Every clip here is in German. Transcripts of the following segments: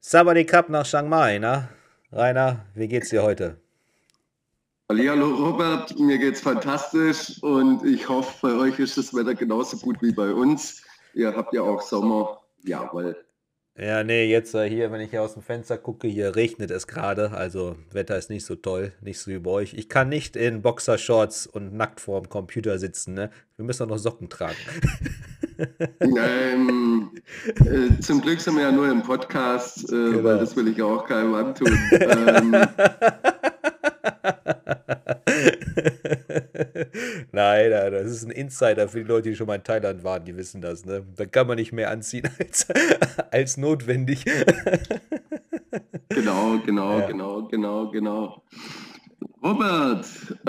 Sawadee nach Chiang Mai, ne? Rainer, wie geht's dir heute? Hallihallo Robert, mir geht's fantastisch und ich hoffe, bei euch ist das Wetter genauso gut wie bei uns. Ihr habt ja auch Sommer. Jawohl. Ja, nee, jetzt hier, wenn ich hier aus dem Fenster gucke, hier regnet es gerade, also Wetter ist nicht so toll, nicht so wie bei euch. Ich kann nicht in Boxershorts und nackt vorm Computer sitzen, ne? Wir müssen auch noch Socken tragen. Zum Glück sind wir ja nur im Podcast, weil Genau. das will ich auch keinem antun. Nein, nein, das ist ein Insider für die Leute, die schon mal in Thailand waren, die wissen das, ne? Da kann man nicht mehr anziehen als notwendig. Genau, genau, Ja. genau, genau, genau. Robert,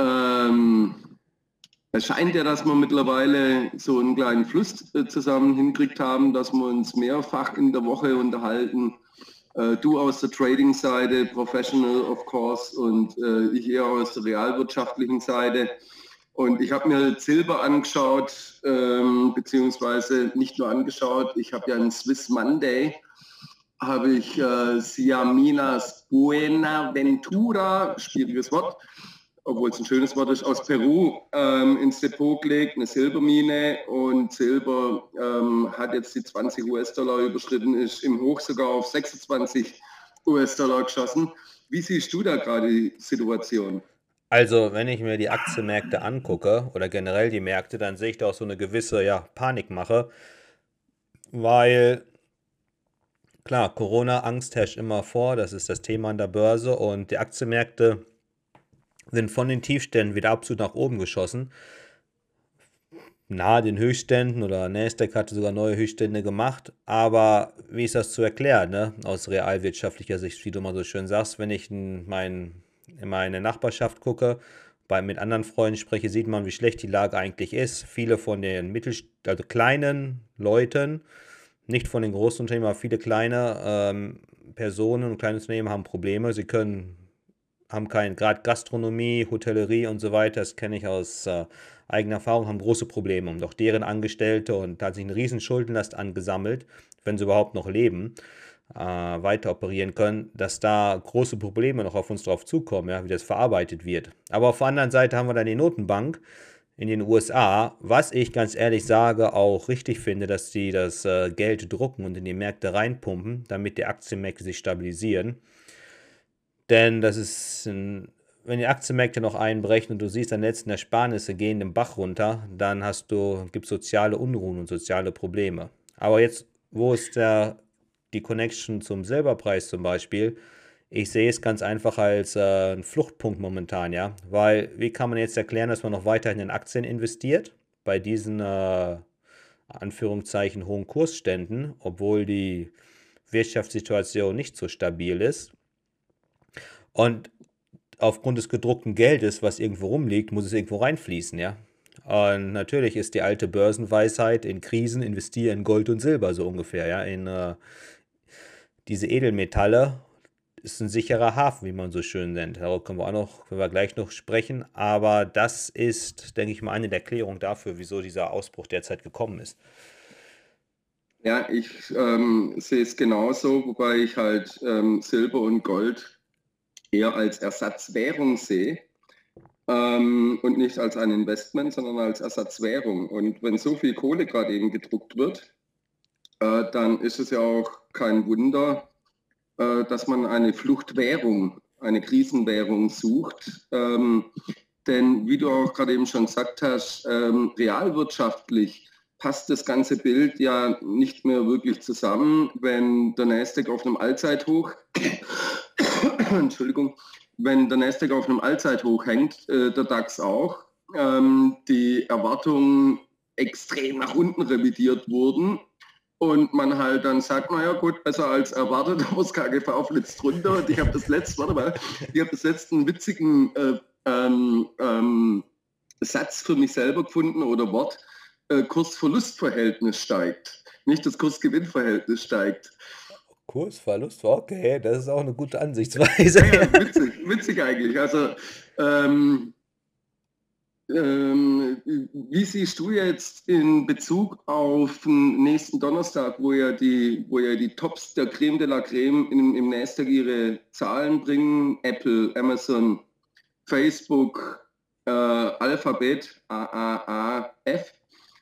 es scheint ja, dass wir mittlerweile so einen kleinen Fluss zusammen hinkriegt haben, dass wir uns mehrfach in der Woche unterhalten. Du aus der Trading-Seite, Professional of course, und ich eher aus der realwirtschaftlichen Seite. Und ich habe mir Silber angeschaut, beziehungsweise nicht nur angeschaut, ich habe ja einen Swiss Monday, habe ich Siaminas Buenaventura, schwieriges Wort, obwohl es ein schönes Wort ist, aus Peru ins Depot gelegt, eine Silbermine, und Silber hat jetzt die 20 US-Dollar überschritten, ist im Hoch sogar auf 26 US-Dollar geschossen. Wie siehst du da gerade die Situation? Also, wenn ich mir die Aktienmärkte angucke oder generell die Märkte, dann sehe ich da auch so eine gewisse, ja, Panikmache, weil klar, Corona-Angst herrscht immer vor, das ist das Thema an der Börse und die Aktienmärkte sind von den Tiefständen wieder absolut nach oben geschossen, nahe den Höchstständen oder Nasdaq hatte sogar neue Höchststände gemacht, aber wie ist das zu erklären, ne? Aus realwirtschaftlicher Sicht, wie du mal so schön sagst, wenn ich in meine Nachbarschaft gucke, mit anderen Freunden spreche, sieht man, wie schlecht die Lage eigentlich ist. Viele von den also kleinen Leuten, nicht von den großen Unternehmen, aber viele kleine Personen und kleine Unternehmen haben Probleme. Haben keinen, gerade Gastronomie, Hotellerie und so weiter, das kenne ich aus eigener Erfahrung, haben große Probleme. Und auch deren Angestellte und da hat sich eine riesen Schuldenlast angesammelt, wenn sie überhaupt noch leben, weiter operieren können, dass da große Probleme noch auf uns drauf zukommen, ja, wie das verarbeitet wird. Aber auf der anderen Seite haben wir dann die Notenbank in den USA, was ich ganz ehrlich sage, auch richtig finde, dass die das Geld drucken und in die Märkte reinpumpen, damit die Aktienmärkte sich stabilisieren. Denn wenn die Aktienmärkte noch einbrechen und du siehst, deine letzten Ersparnisse gehen den Bach runter, dann gibt es soziale Unruhen und soziale Probleme. Aber jetzt, wo ist die Connection zum Silberpreis zum Beispiel? Ich sehe es ganz einfach als einen Fluchtpunkt momentan, ja. Weil, wie kann man jetzt erklären, dass man noch weiterhin in Aktien investiert, bei diesen Anführungszeichen hohen Kursständen, obwohl die Wirtschaftssituation nicht so stabil ist? Und aufgrund des gedruckten Geldes, was irgendwo rumliegt, muss es irgendwo reinfließen, ja. Und natürlich ist die alte Börsenweisheit, in Krisen investiere in Gold und Silber, so ungefähr, ja. In diese Edelmetalle ist ein sicherer Hafen, wie man so schön nennt. Darüber können wir gleich noch sprechen. Aber das ist, denke ich mal, eine der Erklärungen dafür, wieso dieser Ausbruch derzeit gekommen ist. Ja, ich sehe es genauso, wobei ich halt Silber und Gold eher als Ersatzwährung sehe, und nicht als ein Investment, sondern als Ersatzwährung. Und wenn so viel Kohle gerade eben gedruckt wird, dann ist es ja auch kein Wunder, dass man eine Fluchtwährung, eine Krisenwährung sucht. Denn wie du auch gerade eben schon gesagt hast, realwirtschaftlich passt das ganze Bild ja nicht mehr wirklich zusammen, wenn der Nasdaq auf einem Allzeithoch, Entschuldigung, wenn der Nasdaq auf einem Allzeithoch hängt, der DAX auch, die Erwartungen extrem nach unten revidiert wurden und man halt dann sagt, naja gut, besser als erwartet, aus KGV flitzt runter. Und ich habe warte mal, ich habe das letzte einen witzigen Satz für mich selber gefunden oder Wort, Kurs-Verlust-Verhältnis steigt. Nicht das Kurs-Gewinn-Verhältnis steigt. Kursverlust, okay, das ist auch eine gute Ansichtsweise. Ja, ja, witzig, witzig eigentlich. Also ähm, wie siehst du jetzt in Bezug auf den nächsten Donnerstag, wo ja die Tops der Creme de la Creme im Nasdaq ihre Zahlen bringen? Apple, Amazon, Facebook, Alphabet, AAAF.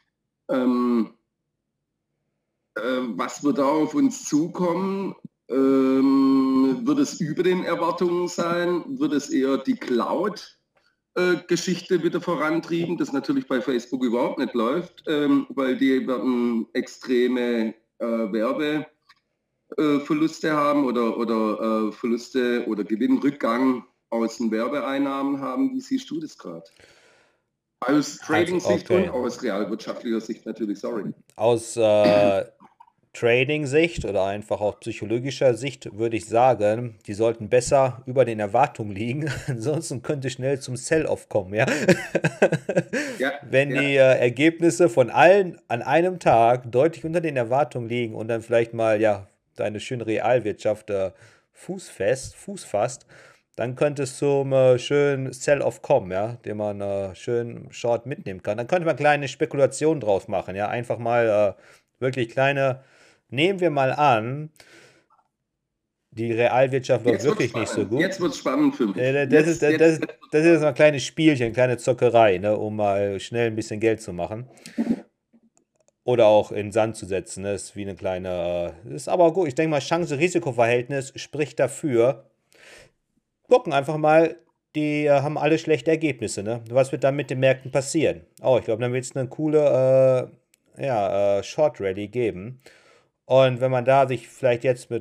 Was wird da auf uns zukommen? Wird es über den Erwartungen sein? Wird es eher die Cloud-Geschichte wieder vorantrieben, das natürlich bei Facebook überhaupt nicht läuft, weil die werden extreme Werbeverluste haben oder Verluste oder Gewinnrückgang aus den Werbeeinnahmen haben. Wie siehst du das gerade? Aus Trading-Sicht okay. und aus realwirtschaftlicher Sicht natürlich, sorry. Aus Trading-Sicht oder einfach auch psychologischer Sicht würde ich sagen, die sollten besser über den Erwartungen liegen, ansonsten könnte schnell zum Sell-Off kommen, ja. Ja, Wenn ja. die Ergebnisse von allen an einem Tag deutlich unter den Erwartungen liegen und dann vielleicht mal, ja, deine schöne Realwirtschaft Fuß fasst, dann könnte es zum schönen Sell-Off kommen, ja, den man schön short mitnehmen kann. Dann könnte man kleine Spekulationen draus machen, ja, einfach mal wirklich kleine. Nehmen wir mal an, die Realwirtschaft läuft Jetzt wird's wirklich nicht so spannend. gut. Jetzt wird es spannend für mich. Das ist jetzt mal ein kleines Spielchen, kleine Zockerei, ne, um mal schnell ein bisschen Geld zu machen. Oder auch in den Sand zu setzen. Ne? Ist wie eine kleine. Ist aber gut. Ich denke mal, Chance-Risiko-Verhältnis spricht dafür. Gucken einfach mal, die haben alle schlechte Ergebnisse. Ne? Was wird dann mit den Märkten passieren? Oh, ich glaube, dann wird es eine coole Short Rally geben. Und wenn man da sich vielleicht jetzt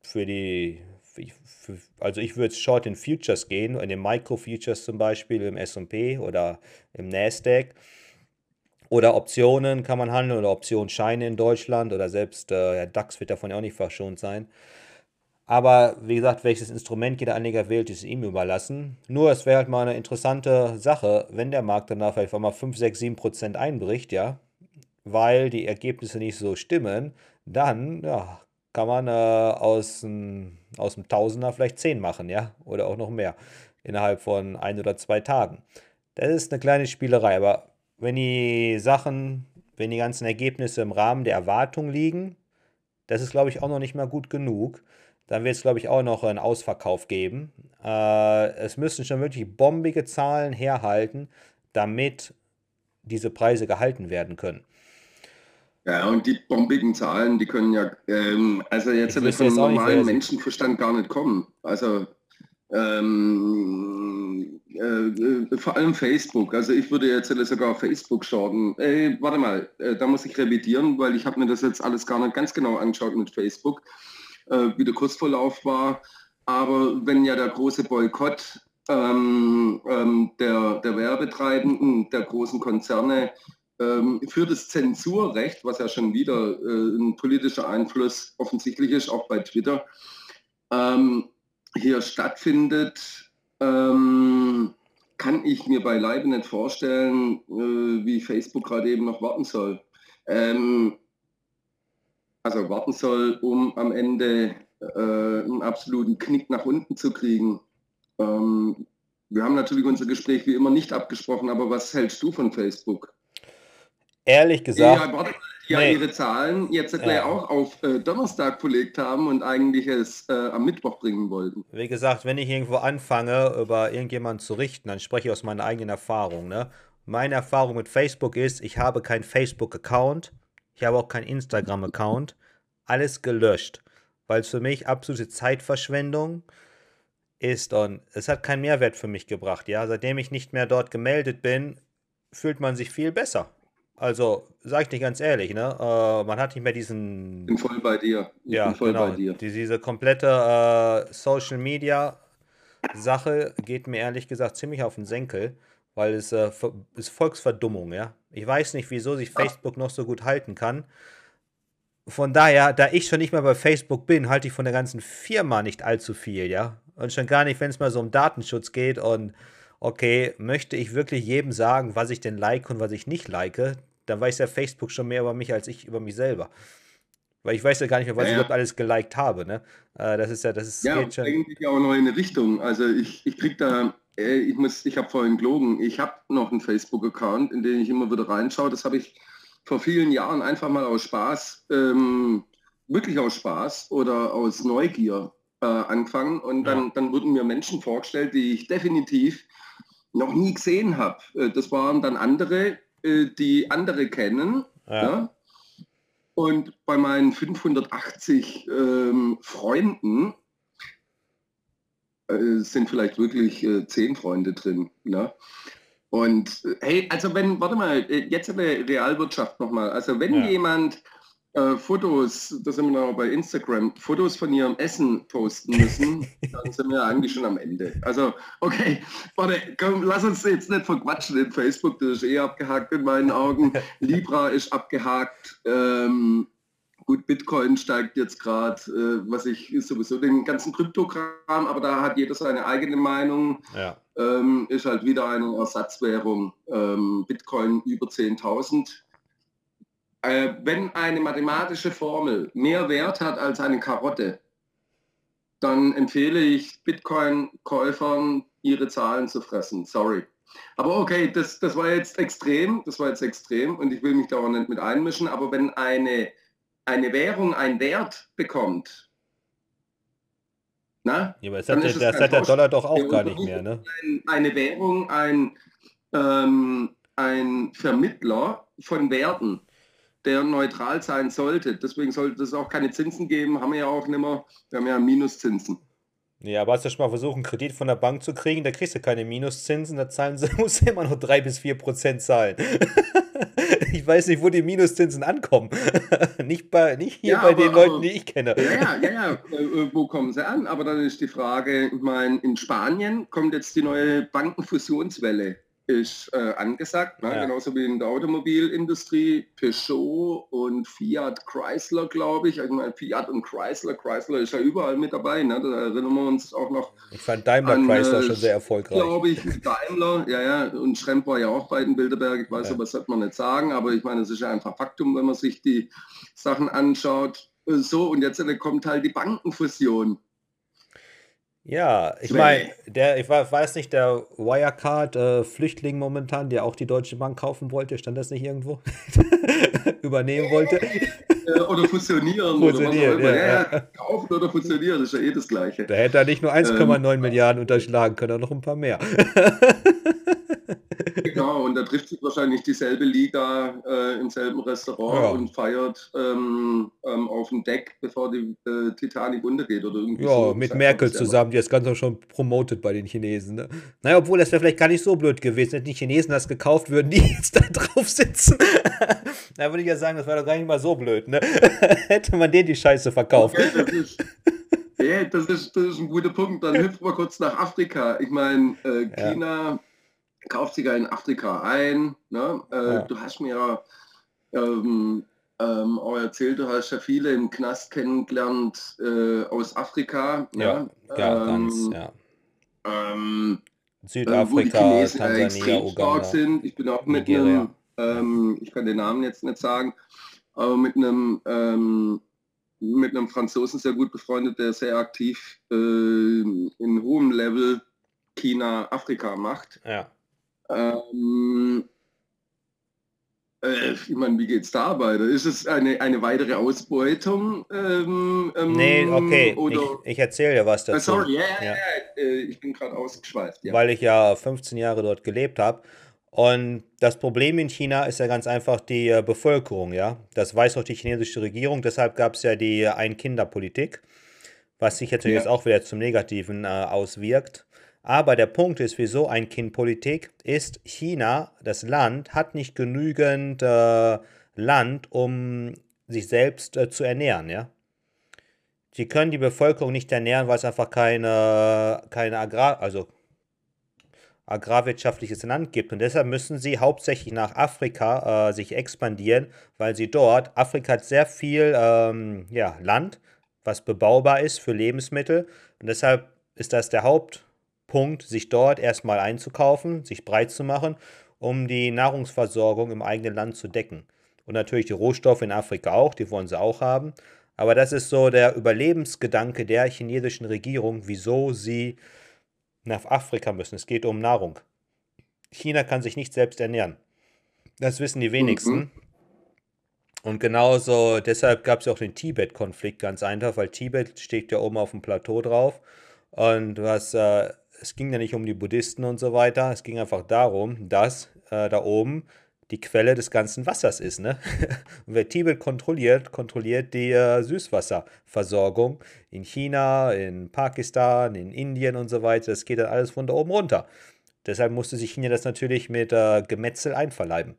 also ich würde Short in Futures gehen, in den Micro-Futures zum Beispiel im S&P oder im Nasdaq. Oder Optionen kann man handeln oder Optionsscheine in Deutschland oder selbst der DAX wird davon ja auch nicht verschont sein. Aber wie gesagt, welches Instrument jeder Anleger wählt, ist ihm überlassen. Nur es wäre halt mal eine interessante Sache, wenn der Markt danach vielleicht mal 5, 6, 7% einbricht, ja, weil die Ergebnisse nicht so stimmen, dann ja, kann man aus dem Tausender vielleicht 10 machen, ja, oder auch noch mehr innerhalb von 1 oder 2 Tagen. Das ist eine kleine Spielerei, aber wenn die ganzen Ergebnisse im Rahmen der Erwartung liegen, das ist, glaube ich, auch noch nicht mal gut genug. Dann wird es, glaube ich, auch noch einen Ausverkauf geben. Es müssen schon wirklich bombige Zahlen herhalten, damit diese Preise gehalten werden können. Ja, und die bombigen Zahlen, die können ja, also jetzt Ich mit wüsste einem jetzt auch nicht, wer normalen sie. Menschenverstand gar nicht kommen. Also vor allem Facebook. Also ich würde jetzt sogar Facebook shorten. Warte mal, da muss ich revidieren, weil ich habe mir das jetzt alles gar nicht ganz genau angeschaut mit Facebook, wie der Kursverlauf war. Aber wenn ja der große Boykott der Werbetreibenden, der großen Konzerne für das Zensurrecht, was ja schon wieder ein politischer Einfluss offensichtlich ist, auch bei Twitter, hier stattfindet, kann ich mir beileibe nicht vorstellen, wie Facebook gerade eben noch warten soll. Also warten soll, um am Ende einen absoluten Knick nach unten zu kriegen. Wir haben natürlich unser Gespräch wie immer nicht abgesprochen, aber was hältst du von Facebook? Ehrlich gesagt, Ja, warte, ja, nee. ihre Zahlen jetzt Ja. auch auf Donnerstag verlegt haben und eigentlich es am Mittwoch bringen wollten. Wie gesagt, wenn ich irgendwo anfange, über irgendjemanden zu richten, dann spreche ich aus meiner eigenen Erfahrung. Ne? Meine Erfahrung mit Facebook ist, ich habe keinen Facebook-Account, ich habe auch keinen Instagram-Account, alles gelöscht, weil es für mich absolute Zeitverschwendung ist und es hat keinen Mehrwert für mich gebracht. Ja, seitdem ich nicht mehr dort gemeldet bin, fühlt man sich viel besser. Also, sag ich dir ganz ehrlich, ne? Man hat nicht mehr Ich diesen. bin voll bei dir. Ich bin Ja, voll bei genau. dir. Diese komplette Social Media Sache geht mir ehrlich gesagt ziemlich auf den Senkel, weil es ist Volksverdummung, ja. Ich weiß nicht, wieso sich Facebook noch so gut halten kann. Von daher, da ich schon nicht mehr bei Facebook bin, halte ich von der ganzen Firma nicht allzu viel, ja. Und schon gar nicht, wenn es mal so um Datenschutz geht und okay, möchte ich wirklich jedem sagen, was ich denn like und was ich nicht like, dann weiß ja Facebook schon mehr über mich als ich über mich selber. Weil ich weiß ja gar nicht mehr, was Ja, ich ja. überhaupt alles geliked habe, ne? Das Ja, geht schon. eigentlich auch noch in eine Richtung. Also ich kriege da ich habe vorhin gelogen. Ich habe noch einen Facebook-Account, in den ich immer wieder reinschaue. Das habe ich vor vielen Jahren einfach mal aus Spaß, wirklich aus Spaß oder aus Neugier angefangen. Und Ja, dann wurden mir Menschen vorgestellt, die ich definitiv noch nie gesehen habe. Das waren dann andere, die andere kennen. ja. Ja? Und bei meinen 580 Freunden sind vielleicht wirklich 10 Freunde drin. Ne? Und hey, also warte mal, jetzt eine Realwirtschaft nochmal. Also wenn Ja. jemand Fotos, das sind wir noch bei Instagram, Fotos von ihrem Essen posten müssen, dann sind wir eigentlich schon am Ende. Also, okay, warte, komm, lass uns jetzt nicht verquatschen in Facebook, das ist abgehakt in meinen Augen. Libra ist abgehakt. Gut, Bitcoin steigt jetzt gerade, was ich sowieso den ganzen Kryptokram, aber da hat jeder seine eigene Meinung. Ja. Ist halt wieder eine Ersatzwährung. Bitcoin über 10.000. Wenn eine mathematische Formel mehr Wert hat als eine Karotte, dann empfehle ich Bitcoin-Käufern, ihre Zahlen zu fressen. Sorry. Aber okay, das war jetzt extrem, und ich will mich da auch nicht mit einmischen, aber wenn eine Währung einen Wert bekommt, na, Ja, aber dann ist es das kein hat der Tausch. Dollar doch auch gar nicht mehr, ne? Eine Währung, ein Vermittler von Werten, der neutral sein sollte. Deswegen sollte es auch keine Zinsen geben, haben wir ja auch nicht mehr. Wir haben ja Minuszinsen. Ja, aber hast du schon mal versucht, einen Kredit von der Bank zu kriegen? Da kriegst du keine Minuszinsen, da musst du immer noch 3 bis 4% zahlen. Ich weiß nicht, wo die Minuszinsen ankommen. Nicht hier Ja, bei den Leuten, die ich kenne. wo kommen sie an? Aber dann ist die Frage, ich meine, in Spanien kommt jetzt die neue Bankenfusionswelle, ist angesagt, ne? Ja. Genauso wie in der Automobilindustrie, Peugeot und Fiat Chrysler, glaube ich. Ich meine, Fiat und Chrysler ist ja überall mit dabei. Ne? Da erinnern wir uns auch noch Ich fand Daimler an, Chrysler schon sehr erfolgreich. glaube ich, Daimler, und Schremp war ja auch bei den Bilderberg, ich weiß, Ja. aber das sollte man nicht sagen, aber ich meine, es ist ja einfach Faktum, wenn man sich die Sachen anschaut. So, und jetzt kommt halt die Bankenfusion. Ja, ich meine, weiß nicht, der Wirecard-Flüchtling momentan, der auch die Deutsche Bank kaufen wollte, stand das nicht irgendwo? Übernehmen wollte? Oder fusionieren oder was auch Fusionieren, immer. ja. Kaufen oder fusionieren, ist ja das Gleiche. Da hätte er nicht nur 1,9 Milliarden unterschlagen können, sondern noch ein paar mehr. Genau, und da trifft sich wahrscheinlich dieselbe Liga im selben Restaurant Ja. und feiert auf dem Deck, bevor die Titanic untergeht oder irgendwie Ja, so. mit Sagt man Merkel das ja zusammen, die das Ganze auch schon promotet bei den Chinesen. Ne? Naja, obwohl das wäre vielleicht gar nicht so blöd gewesen, hätten die Chinesen das gekauft, würden die jetzt da drauf sitzen. Da würde ich ja sagen, das war doch gar nicht mal so blöd, ne? Hätte man denen die Scheiße verkauft. Okay, das ist ein guter Punkt. Dann hüpfen wir kurz nach Afrika. Ich meine, China kauft sich ja in Afrika ein. Ne? Ja. Du hast mir auch erzählt, du hast ja viele im Knast kennengelernt aus Afrika. Ja, ganz, ja. Wo die Südafrika, Chinesen Tansania, extrem stark Uganda, sind. Ich bin auch mit Nigeria. ich kann den Namen jetzt nicht sagen, aber mit einem Franzosen sehr gut befreundet, der sehr aktiv in hohem Level China, Afrika macht. Ja. Ich meine, wie geht es da weiter? Ist es eine weitere Ausbeutung? Nee, okay, Oder, ich erzähle dir was dazu. sorry, Ja. ich bin gerade ausgeschweift. Ja. Weil ich ja 15 Jahre dort gelebt habe. Und das Problem in China ist ja ganz einfach die Bevölkerung, ja. Das weiß auch die chinesische Regierung, deshalb gab es ja die Ein-Kinder-Politik, was sich jetzt Ja. auch wieder zum Negativen auswirkt. Aber der Punkt ist, wieso Ein-Kind-Politik ist, China, das Land, hat nicht genügend Land, um sich selbst zu ernähren, ja. Sie können die Bevölkerung nicht ernähren, weil es einfach keine agrarwirtschaftliches Land gibt. Und deshalb müssen sie hauptsächlich nach Afrika sich expandieren, weil Afrika hat sehr viel Land, was bebaubar ist für Lebensmittel. Und deshalb ist das der Hauptpunkt, sich dort erstmal einzukaufen, sich breit zu machen, um die Nahrungsversorgung im eigenen Land zu decken. Und natürlich die Rohstoffe in Afrika auch, die wollen sie auch haben. Aber das ist so der Überlebensgedanke der chinesischen Regierung, wieso sie nach Afrika müssen. Es geht um Nahrung. China kann sich nicht selbst ernähren. Das wissen die Mhm. wenigsten. Und genauso, deshalb gab es auch den Tibet-Konflikt ganz einfach, weil Tibet steht ja oben auf dem Plateau drauf. Und es ging ja nicht um die Buddhisten und so weiter. Es ging einfach darum, dass da oben die Quelle des ganzen Wassers ist, ne? Und wer Tibet kontrolliert, kontrolliert die Süßwasserversorgung in China, in Pakistan, in Indien und so weiter. Das geht dann alles von da oben runter. Deshalb musste sich China das natürlich mit Gemetzel einverleiben.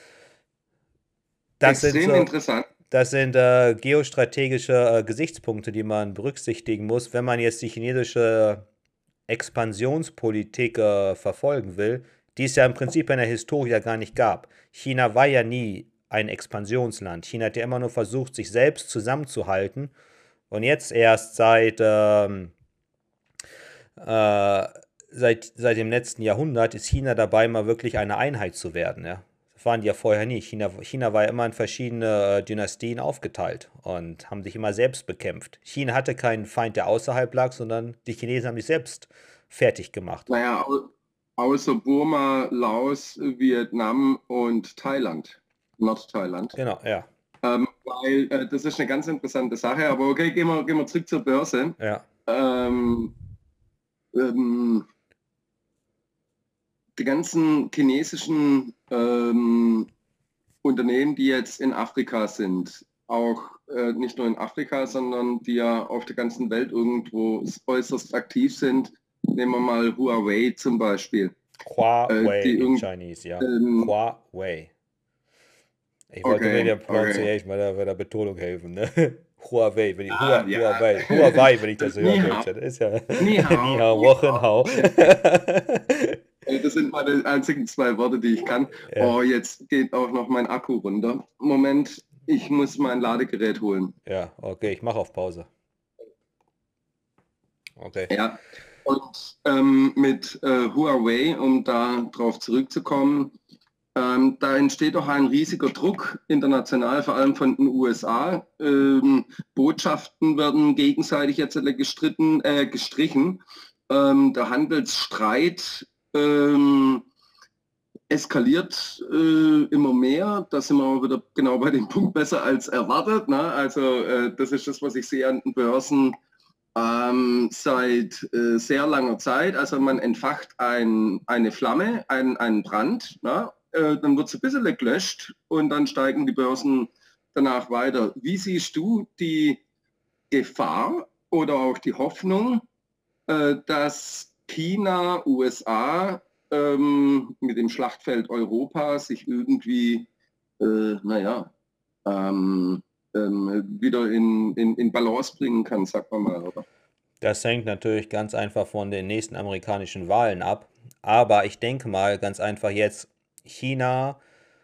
Das sind Extrem so, interessant. das sind geostrategische Gesichtspunkte, die man berücksichtigen muss, wenn man jetzt die chinesische Expansionspolitik verfolgen will, die es ja im Prinzip in der Historie ja gar nicht gab. China war ja nie ein Expansionsland. China hat ja immer nur versucht, sich selbst zusammenzuhalten. Und jetzt erst äh, seit dem letzten Jahrhundert ist China dabei, mal wirklich eine Einheit zu werden. Ja? Das waren die ja vorher nie. China war ja immer in verschiedene Dynastien aufgeteilt und haben sich immer selbst bekämpft. China hatte keinen Feind, der außerhalb lag, sondern die Chinesen haben sich selbst fertig gemacht. Naja, außer Burma, Laos, Vietnam und Thailand, Nordthailand. Genau, ja. Weil das ist eine ganz interessante Sache. Aber okay, gehen wir zurück zur Börse. Ja. Ähm, ähm, die ganzen chinesischen Unternehmen, die jetzt in Afrika sind, auch nicht nur in Afrika, sondern die ja auf der ganzen Welt irgendwo äußerst aktiv sind. Nehmen wir mal Huawei zum Beispiel. Huawei Die in irgend, Chinese, ja. ähm, Huawei. Ich wollte mir okay, der okay. Pronunciation bei der Betonung helfen, ne? Huawei, Ah, ja. Huawei, wenn ich das so höre, Ni Deutsch. hao, Das ist ja ni Ni hao, hao, ni Wochen hao. hao. Das sind meine einzigen zwei Worte, die ich kann. Ja, Oh, jetzt geht auch noch mein Akku runter. Moment, ich muss mein Ladegerät holen. ja, okay, ich mache auf Pause. Okay. Ja, und mit Huawei, um da drauf zurückzukommen, da entsteht doch ein riesiger Druck international, vor allem von den USA. Botschaften werden gegenseitig jetzt gestrichen. Der Handelsstreit eskaliert immer mehr. Da sind wir auch wieder genau bei dem Punkt besser als erwartet. Ne? Also das ist das, was ich sehe an den Börsen seit sehr langer Zeit. Also man entfacht eine Flamme, einen Brand, na? Dann wird es ein bisschen gelöscht und dann steigen die Börsen danach weiter. Wie siehst du die Gefahr oder auch die Hoffnung, dass China, USA mit dem Schlachtfeld Europa sich irgendwie, naja, wieder in Balance bringen kann, sagt man mal, oder? Das hängt natürlich ganz einfach von den nächsten amerikanischen Wahlen ab. Aber ich denke mal ganz einfach jetzt, China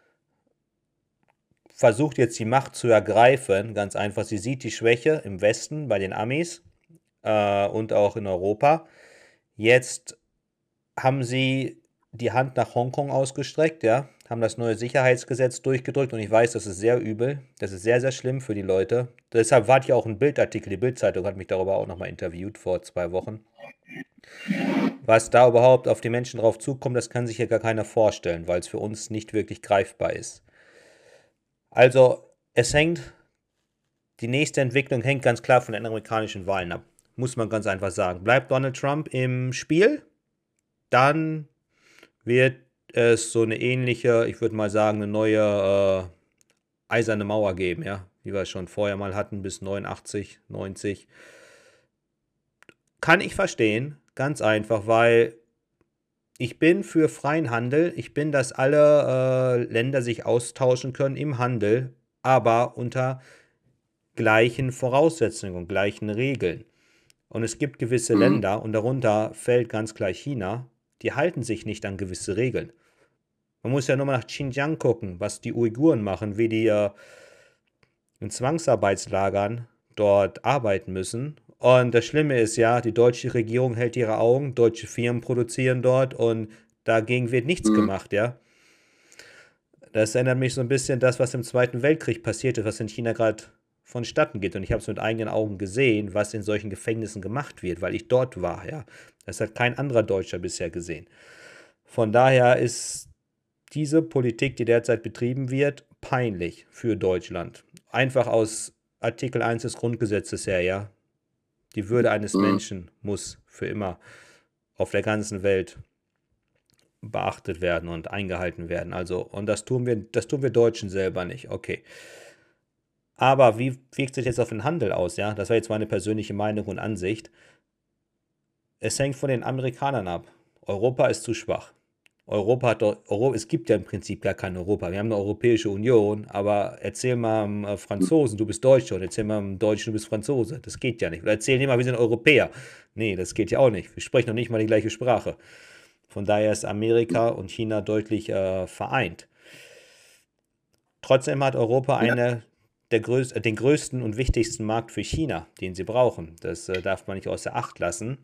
versucht jetzt die Macht zu ergreifen. Ganz einfach, sie sieht die Schwäche im Westen bei den Amis und auch in Europa. Jetzt haben sie die Hand nach Hongkong ausgestreckt, ja, haben das neue Sicherheitsgesetz durchgedrückt und ich weiß, das ist sehr übel, das ist sehr, sehr schlimm für die Leute. Deshalb war hier auch ein Bildartikel, die Bildzeitung hat mich darüber auch nochmal interviewt vor 2 Wochen. Was da überhaupt auf die Menschen drauf zukommt, das kann sich ja gar keiner vorstellen, weil es für uns nicht wirklich greifbar ist. Also, die nächste Entwicklung hängt ganz klar von den amerikanischen Wahlen ab. Muss man ganz einfach sagen. Bleibt Donald Trump im Spiel, dann wird es so eine ähnliche, ich würde mal sagen, eine neue eiserne Mauer geben, ja, wie wir es schon vorher mal hatten, bis 89, 90. Kann ich verstehen, ganz einfach, weil ich bin für freien Handel. Ich bin, dass alle Länder sich austauschen können im Handel, aber unter gleichen Voraussetzungen und gleichen Regeln. Und es gibt gewisse Mhm. Länder, und darunter fällt ganz klar China, die halten sich nicht an gewisse Regeln. Man muss ja nur mal nach Xinjiang gucken, was die Uiguren machen, wie die in Zwangsarbeitslagern dort arbeiten müssen. Und das Schlimme ist ja, die deutsche Regierung hält ihre Augen, deutsche Firmen produzieren dort und dagegen wird nichts Mhm. gemacht, ja. Das erinnert mich so ein bisschen an das, was im Zweiten Weltkrieg passiert ist, was in China gerade vonstatten geht. Und ich habe es mit eigenen Augen gesehen, was in solchen Gefängnissen gemacht wird, weil ich dort war, ja. Das hat kein anderer Deutscher bisher gesehen. Von daher ist diese Politik, die derzeit betrieben wird, peinlich für Deutschland. Einfach aus Artikel 1 des Grundgesetzes her, ja. Die Würde eines Menschen muss für immer auf der ganzen Welt beachtet werden und eingehalten werden. Also, und das tun wir Deutschen selber nicht. Okay. Aber wie wirkt sich jetzt auf den Handel aus, ja? Das war jetzt meine persönliche Meinung und Ansicht. Es hängt von den Amerikanern ab. Europa ist zu schwach. Es gibt ja im Prinzip gar kein Europa. Wir haben eine Europäische Union, aber erzähl mal einem Franzosen, du bist Deutscher, und erzähl mal einem Deutschen, du bist Franzose. Das geht ja nicht. Oder erzähl dir mal, wir sind Europäer. Nee, das geht ja auch nicht. Wir sprechen noch nicht mal die gleiche Sprache. Von daher ist Amerika und China deutlich vereint. Trotzdem hat Europa den größten und wichtigsten Markt für China, den sie brauchen. Das darf man nicht außer Acht lassen.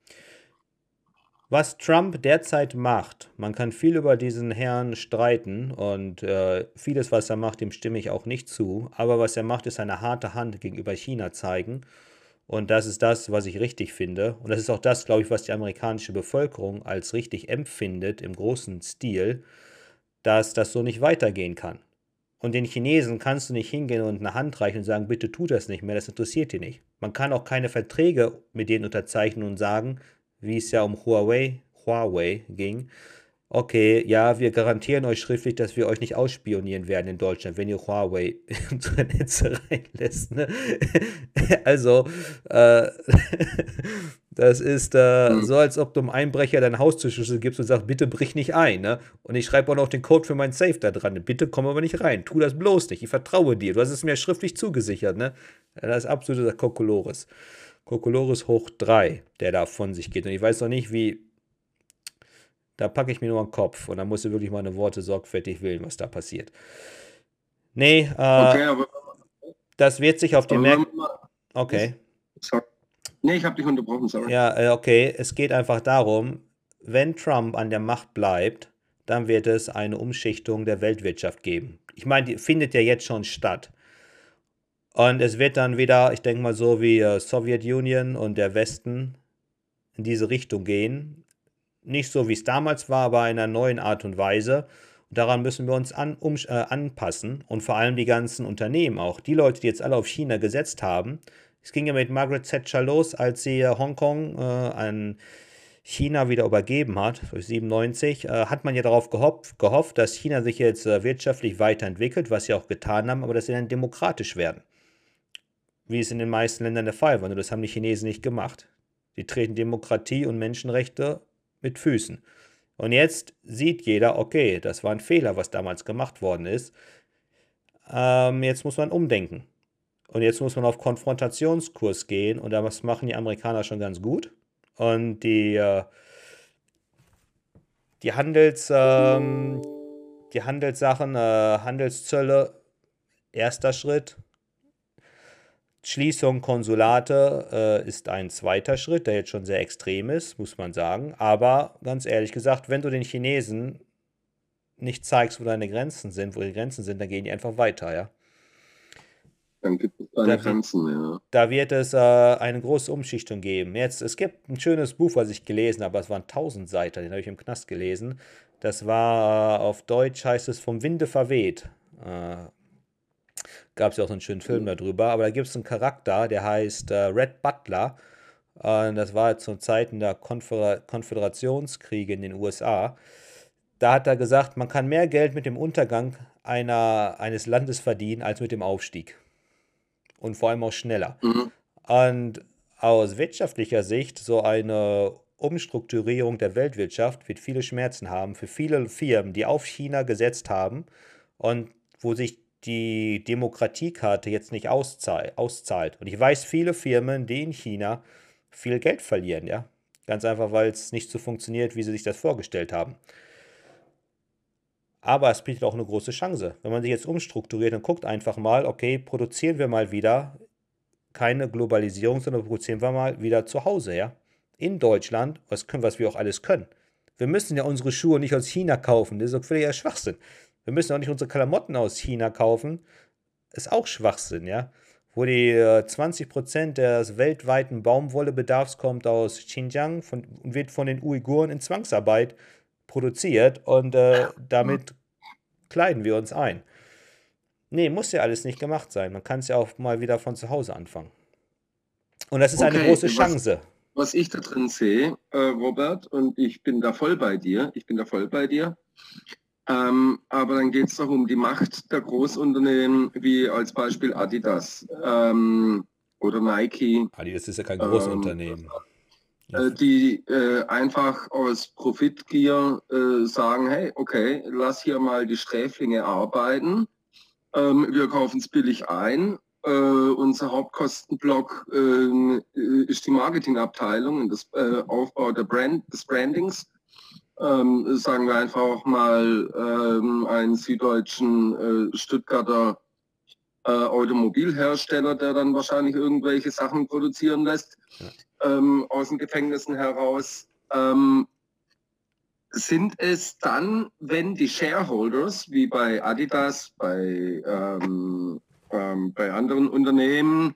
Was Trump derzeit macht, man kann viel über diesen Herrn streiten und vieles, was er macht, dem stimme ich auch nicht zu. Aber was er macht, ist eine harte Hand gegenüber China zeigen. Und das ist das, was ich richtig finde. Und das ist auch das, glaube ich, was die amerikanische Bevölkerung als richtig empfindet im großen Stil, dass das so nicht weitergehen kann. Und den Chinesen kannst du nicht hingehen und eine Hand reichen und sagen, bitte tu das nicht mehr, das interessiert die nicht. Man kann auch keine Verträge mit denen unterzeichnen und sagen, wie es ja um Huawei ging. Okay, ja, wir garantieren euch schriftlich, dass wir euch nicht ausspionieren werden in Deutschland, wenn ihr Huawei in unsere Netze reinlässt. Ne? Also, das ist so, als ob du einem Einbrecher deinen Haustürschlüssel gibst und sagst, bitte brich nicht ein. Ne? Und ich schreibe auch noch den Code für meinen Safe da dran. Bitte komm aber nicht rein. Tu das bloß nicht. Ich vertraue dir. Du hast es mir schriftlich zugesichert. Ne? Das ist absoluter Kokolores. Kokolores hoch 3, der da von sich geht. Und ich weiß noch nicht, wie. Da packe ich mir nur einen Kopf. Und dann musst du wirklich meine Worte sorgfältig wählen, was da passiert. Nee, Okay, aber das wird sich auf den Märkten. Okay. Sorry. Nee, ich habe dich unterbrochen, sorry. Ja, okay. Es geht einfach darum, wenn Trump an der Macht bleibt, dann wird es eine Umschichtung der Weltwirtschaft geben. Ich meine, die findet ja jetzt schon statt. Und es wird dann wieder, ich denke mal so wie Sowjetunion und der Westen in diese Richtung gehen. Nicht so, wie es damals war, aber in einer neuen Art und Weise. Und daran müssen wir uns anpassen. Und vor allem die ganzen Unternehmen auch. Die Leute, die jetzt alle auf China gesetzt haben. Es ging ja mit Margaret Thatcher los, als sie Hongkong an China wieder übergeben hat, 1997, hat man ja darauf gehofft, dass China sich jetzt wirtschaftlich weiterentwickelt, was sie auch getan haben, aber dass sie dann demokratisch werden. Wie es in den meisten Ländern der Fall war. Nur das haben die Chinesen nicht gemacht. Die treten Demokratie und Menschenrechte mit Füßen. Und jetzt sieht jeder, okay, das war ein Fehler, was damals gemacht worden ist. Jetzt muss man umdenken. Und jetzt muss man auf Konfrontationskurs gehen. Und das machen die Amerikaner schon ganz gut. Und die Handelssachen, Handelszölle, erster Schritt. Schließung Konsulate ist ein zweiter Schritt, der jetzt schon sehr extrem ist, muss man sagen. Aber ganz ehrlich gesagt, wenn du den Chinesen nicht zeigst, wo deine Grenzen sind, wo die Grenzen sind, dann gehen die einfach weiter, ja. Dann gibt es keine Grenzen mehr. Da wird es eine große Umschichtung geben. Jetzt, es gibt ein schönes Buch, was ich gelesen habe, es waren 1000 Seiten, den habe ich im Knast gelesen. Das war auf Deutsch, heißt es, vom Winde verweht. Gab es ja auch so einen schönen Film darüber, aber da gibt es einen Charakter, der heißt Red Butler. Das war zu Zeiten der Konföderationskriege in den USA. Da hat er gesagt, man kann mehr Geld mit dem Untergang eines Landes verdienen, als mit dem Aufstieg. Und vor allem auch schneller. Und aus wirtschaftlicher Sicht, so eine Umstrukturierung der Weltwirtschaft wird viele Schmerzen haben für viele Firmen, die auf China gesetzt haben und wo sich die Demokratiekarte jetzt nicht auszahlt. Und ich weiß viele Firmen, die in China viel Geld verlieren, ja. Ganz einfach, weil es nicht so funktioniert, wie sie sich das vorgestellt haben. Aber es bietet auch eine große Chance. Wenn man sich jetzt umstrukturiert und guckt einfach mal, okay, produzieren wir mal wieder keine Globalisierung, sondern produzieren wir mal wieder zu Hause, ja. In Deutschland, was wir auch alles können. Wir müssen ja unsere Schuhe nicht aus China kaufen, das ist doch völliger Schwachsinn. Wir müssen auch nicht unsere Klamotten aus China kaufen, ist auch Schwachsinn, ja. wo die 20% des weltweiten Baumwollebedarfs kommt aus Xinjiang und wird von den Uiguren in Zwangsarbeit produziert und damit kleiden wir uns ein. Nee, muss ja alles nicht gemacht sein. Man kann es ja auch mal wieder von zu Hause anfangen. Und das ist eine Okay, große Chance. was ich da drin sehe, Robert, und ich bin da voll bei dir, aber dann geht es doch um die Macht der Großunternehmen, wie als Beispiel Adidas oder Nike, Das ist ja kein ähm, Großunternehmen. die einfach aus Profitgier sagen, hey, okay, lass hier mal die Sträflinge arbeiten, wir kaufen es billig ein. Unser Hauptkostenblock ist die Marketingabteilung und das Aufbau des Brandings. Sagen wir einfach auch mal einen süddeutschen Stuttgarter Automobilhersteller, der dann wahrscheinlich irgendwelche Sachen produzieren lässt aus den Gefängnissen heraus. Sind es dann, wenn die Shareholders, wie bei Adidas, bei anderen Unternehmen,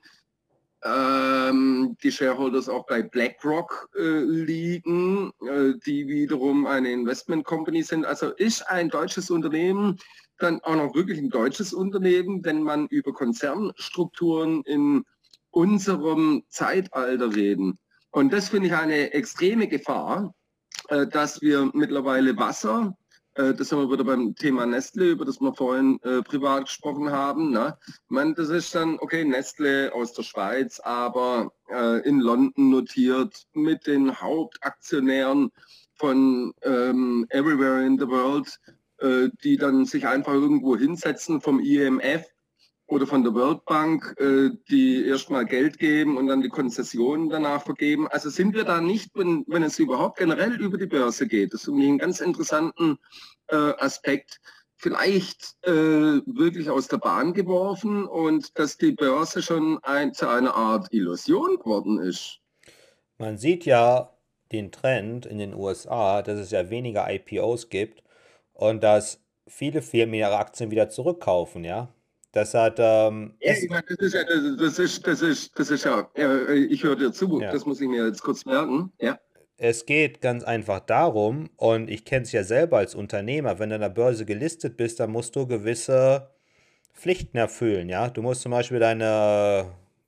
die Shareholders auch bei BlackRock liegen, die wiederum eine Investment Company sind. Also ist ein deutsches Unternehmen dann auch noch wirklich ein deutsches Unternehmen, wenn man über Konzernstrukturen in unserem Zeitalter reden. Und das finde ich eine extreme Gefahr, dass wir mittlerweile Wasser, das sind wir wieder beim Thema Nestle, über das wir vorhin privat gesprochen haben. Ne? Ich meine, das ist dann, okay, Nestle aus der Schweiz, aber in London notiert mit den Hauptaktionären von Everywhere in the World, die dann sich einfach irgendwo hinsetzen vom IMF oder von der World Bank, die erstmal Geld geben und dann die Konzessionen danach vergeben. Also sind wir da nicht, wenn es überhaupt generell über die Börse geht, das ist einen ganz interessanten Aspekt, vielleicht wirklich aus der Bahn geworfen und dass die Börse schon zu einer Art Illusion geworden ist. Man sieht ja den Trend in den USA, dass es ja weniger IPOs gibt und dass viele Firmen ihre Aktien wieder zurückkaufen, ja. Das hat, Ja, ich meine, das ist ja, ich höre dir zu, ja. das muss ich mir jetzt kurz merken. Ja. Es geht ganz einfach darum, und ich kenne es ja selber als Unternehmer, wenn du an der Börse gelistet bist, dann musst du gewisse Pflichten erfüllen, ja. Du musst zum Beispiel deine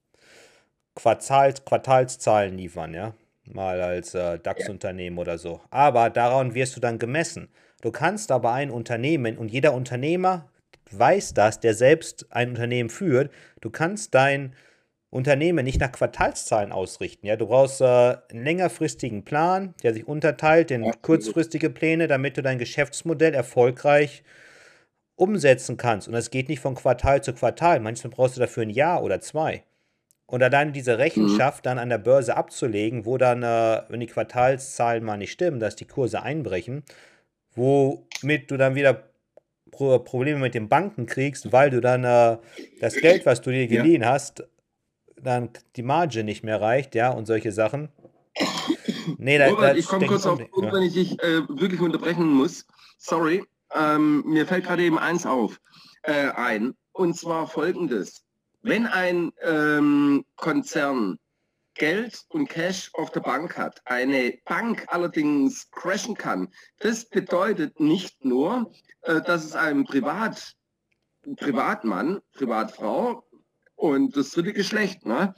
Quartalszahlen liefern, ja. Mal als DAX-Unternehmen oder so. Aber daran wirst du dann gemessen. Du kannst aber ein Unternehmen, und jeder Unternehmer weiß das, der selbst ein Unternehmen führt, du kannst dein Unternehmen nicht nach Quartalszahlen ausrichten. Ja? Du brauchst einen längerfristigen Plan, der sich unterteilt in kurzfristige Pläne, damit du dein Geschäftsmodell erfolgreich umsetzen kannst. Und das geht nicht von Quartal zu Quartal. Manchmal brauchst du dafür ein Jahr oder zwei. Und allein diese Rechenschaft dann an der Börse abzulegen, wo dann, wenn die Quartalszahlen mal nicht stimmen, dass die Kurse einbrechen, womit du dann wieder Probleme mit den Banken kriegst, weil du dann das Geld, was du dir geliehen hast, dann die Marge nicht mehr reicht, ja, und solche Sachen. Nee, Robert, ich komme kurz auf den Punkt, wenn ich dich wirklich unterbrechen muss. Sorry, mir fällt gerade eben eins ein, und zwar folgendes. Wenn ein Konzern Geld und Cash auf der Bank hat, eine Bank allerdings crashen kann, das bedeutet nicht nur, dass es einem Privatmann, Privatfrau und das dritte Geschlecht, ne,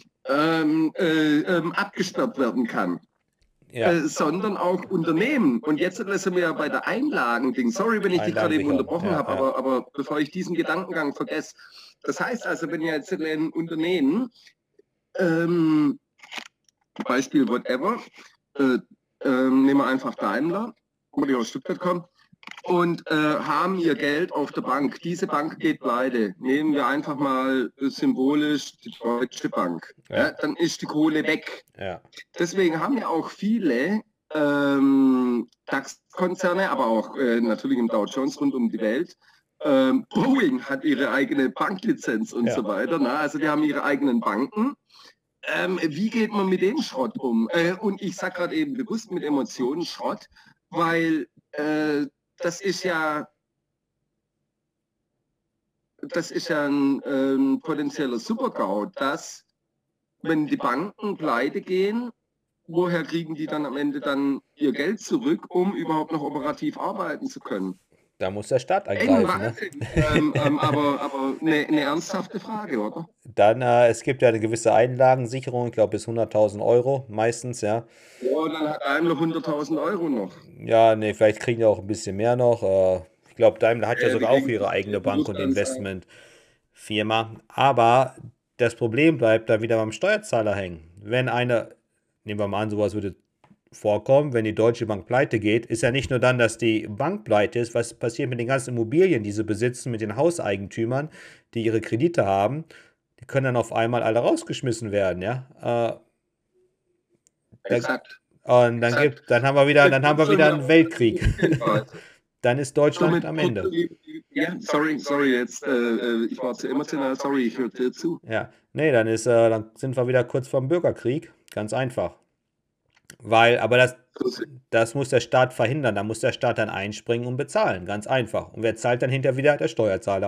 abgesperrt werden kann. Ja. Sondern auch Unternehmen. Und jetzt sind wir ja bei der Einlagending. Sorry, wenn ich dich gerade eben unterbrochen habe, aber bevor ich diesen Gedankengang vergesse. Das heißt also, wenn jetzt ein Unternehmen, Beispiel whatever, nehmen wir einfach Daimler, die aus Stuttgart kommt, und haben ihr Geld auf der Bank. Diese Bank geht pleite. Nehmen wir einfach mal symbolisch die Deutsche Bank. Ja. Ja, dann ist die Kohle weg. Ja. Deswegen haben ja auch viele DAX-Konzerne, aber auch natürlich im Dow Jones rund um die Welt. Boeing hat ihre eigene Banklizenz und so weiter. Na? Also die haben ihre eigenen Banken. Wie geht man mit dem Schrott um? Und ich sage gerade eben bewusst mit Emotionen Schrott, weil das ist ja das ist ja ein potenzieller Super-GAU, dass, wenn die Banken pleite gehen, woher kriegen die dann am Ende dann ihr Geld zurück, um überhaupt noch operativ arbeiten zu können? Da muss der Staat Ein eingreifen, ne? Wahnsinn. Aber eine ernsthafte Frage, oder? Dann, es gibt ja eine gewisse Einlagensicherung, ich glaube bis 100.000 Euro meistens, ja. Ja, dann hat Daimler 100.000 Euro noch. Ja, nee, vielleicht kriegen die auch ein bisschen mehr noch. Ich glaube, Daimler hat ja Die sogar auch kriegen ihre eigene Bank und Berufsanzeigen. Investmentfirma. Aber das Problem bleibt dann wieder beim Steuerzahler hängen. Wenn eine, nehmen wir mal an, sowas würde vorkommen, wenn die Deutsche Bank pleite geht, ist ja nicht nur dann, dass die Bank pleite ist, was passiert mit den ganzen Immobilien, die sie besitzen, mit den Hauseigentümern, die ihre Kredite haben, die können dann auf einmal alle rausgeschmissen werden, ja. Da, Exakt. und Exakt. dann haben wir wieder einen Weltkrieg. Dann ist Deutschland Somit, am Ende. ja, sorry, jetzt, ich war zu emotional, sorry, ich höre dir zu. Ja, nee, dann sind wir wieder kurz vorm Bürgerkrieg. Ganz einfach. Aber das muss der Staat verhindern. Da muss der Staat dann einspringen und bezahlen. Ganz einfach. Und wer zahlt dann hinterher wieder? Der Steuerzahler.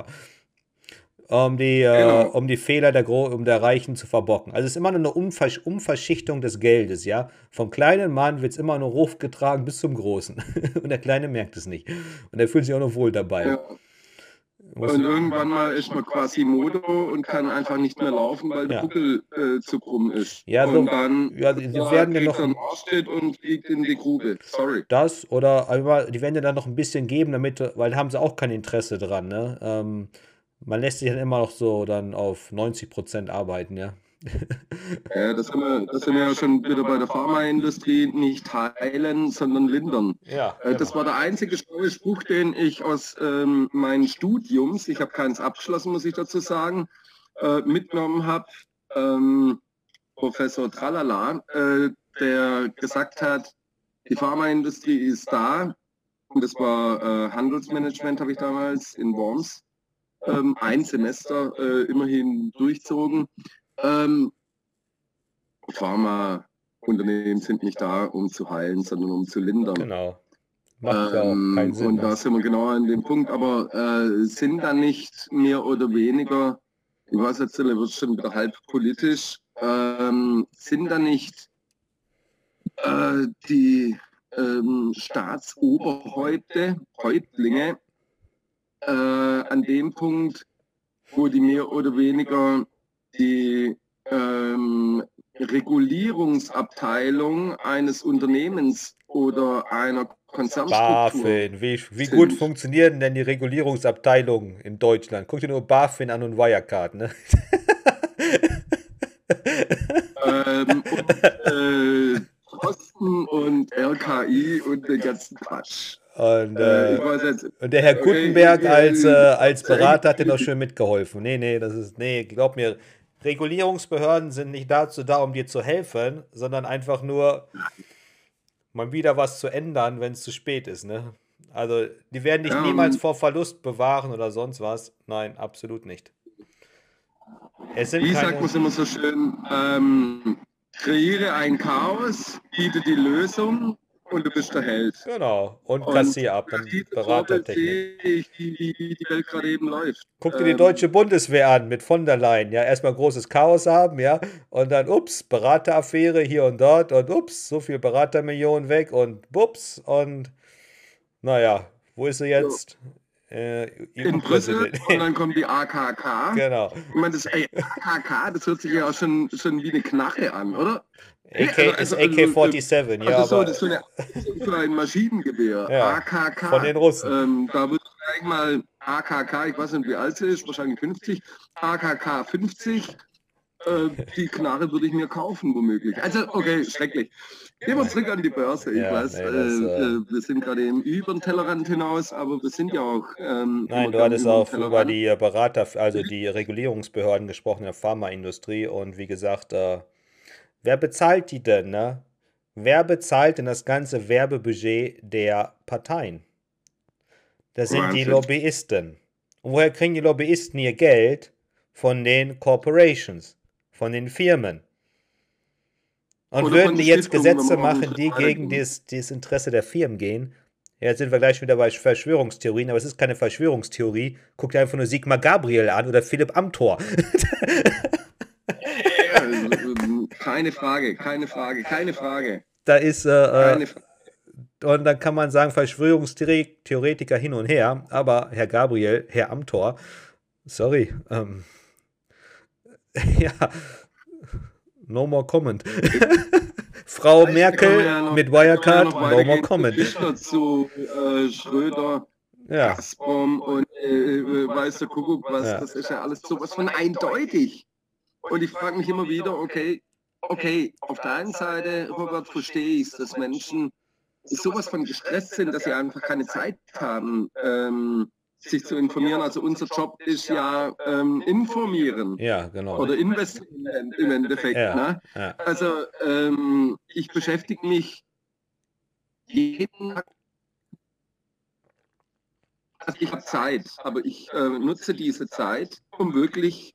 Genau. Um die Fehler der Reichen zu verbocken. Also es ist immer nur eine Umverschichtung des Geldes, ja. Vom kleinen Mann wird es immer nur hochgetragen bis zum Großen. Und der Kleine merkt es nicht. Und er fühlt sich auch noch wohl dabei. Ja. Und irgendwann mal ist man quasi Modo und kann einfach nicht mehr laufen, weil der Ja. Buckel zu krumm ist. Ja, und dann die werden ja noch steht und fliegt in die Grube. Sorry. das oder aber die werden ja dann noch ein bisschen geben, weil da haben sie auch kein Interesse dran, ne? Man lässt sich dann immer noch so dann auf 90% arbeiten, ja. Ja, das sind wir ja schon wieder bei der Pharmaindustrie, nicht heilen, sondern lindern. Ja, Das war der einzige schlaue Spruch, den ich aus meinen Studiums, ich habe keins abgeschlossen, muss ich dazu sagen, mitgenommen habe. Professor Tralala, der gesagt hat, die Pharmaindustrie ist da. Und das war Handelsmanagement, habe ich damals in Worms ein Semester immerhin durchzogen. Pharmaunternehmen sind nicht da, um zu heilen, sondern um zu lindern. Genau. Macht ja auch keinen Sinn. Und da sind wir genau an dem Punkt. Aber sind da nicht mehr oder weniger, ich weiß jetzt, wird schon wieder halb politisch, sind da nicht die Häuptlinge an dem Punkt, wo die mehr oder weniger die Regulierungsabteilung eines Unternehmens oder einer Konzernstruktur. BaFin, wie gut funktionieren denn die Regulierungsabteilungen in Deutschland? Guck dir nur BaFin an und Wirecard, ne? Kosten und RKI und den ganzen Quatsch. Und der Herr Gutenberg als Berater hat dir noch schön mitgeholfen. Nee, glaub mir, Regulierungsbehörden sind nicht dazu da, um dir zu helfen, sondern einfach nur mal wieder was zu ändern, wenn es zu spät ist, ne? Also, die werden dich niemals vor Verlust bewahren oder sonst was. Nein, absolut nicht. Wie sagt man es immer so schön, kreiere ein Chaos, biete die Lösung und du bist der Held. Genau, und kassier ab, dann Beratertechnik. Wie die Welt gerade eben läuft. Guck dir die deutsche Bundeswehr an mit von der Leyen, ja, erstmal großes Chaos haben, ja, und dann, ups, Berateraffäre hier und dort und ups, so viel Beratermillionen weg und bups und naja, wo ist sie jetzt? In Brüssel und dann kommt die AKK. Genau. Ich meine, das AKK, das hört sich ja auch schon wie eine Knarre an, oder? AK-47, ja, also aber... Das ist so ein Maschinengewehr, ja, AKK. von den Russen. Da würde ich gleich mal AKK, ich weiß nicht, wie alt sie ist, wahrscheinlich 50, AKK 50, die Knarre würde ich mir kaufen, womöglich. Also, okay, schrecklich. Gehen wir zurück an die Börse. Ich weiß, wir sind gerade über den Tellerrand hinaus, aber wir sind ja auch... Nein, du hattest auch über die also die Regulierungsbehörden gesprochen in der Pharmaindustrie und wie gesagt, wer bezahlt die denn, ne? Wer bezahlt denn das ganze Werbebudget der Parteien? Das sind die Lobbyisten. Und woher kriegen die Lobbyisten ihr Geld? Von den Corporations, von den Firmen. Und würden die jetzt Gesetze machen, die gegen das Interesse der Firmen gehen, Jetzt sind wir gleich wieder bei Verschwörungstheorien, aber es ist keine Verschwörungstheorie. Guck dir einfach nur Sigmar Gabriel an oder Philipp Amthor. Keine Frage, keine Frage, keine Frage. Da ist, Keine Frage. und dann kann man sagen, Verschwörungstheoretiker hin und her, aber Herr Gabriel, Herr Amthor, sorry, ja, no more comment. Frau Vielleicht Merkel können wir ja noch- mit können wir ja Wirecard, noch no more weitergehen comment. zu Schröder, Ja, Gazprom und weiß der Kuckuck was, Ja. das ist ja alles sowas von eindeutig. Und ich frage mich immer wieder, okay, auf der einen Seite, Robert, verstehe ich es, dass Menschen sowas von gestresst sind, dass sie einfach keine Zeit haben, sich zu informieren. Also unser Job ist ja informieren ja, genau. oder investieren im Endeffekt. Ja, Ne? ja, Also ich beschäftige mich jeden Tag. Also ich habe Zeit, aber ich nutze diese Zeit, um wirklich,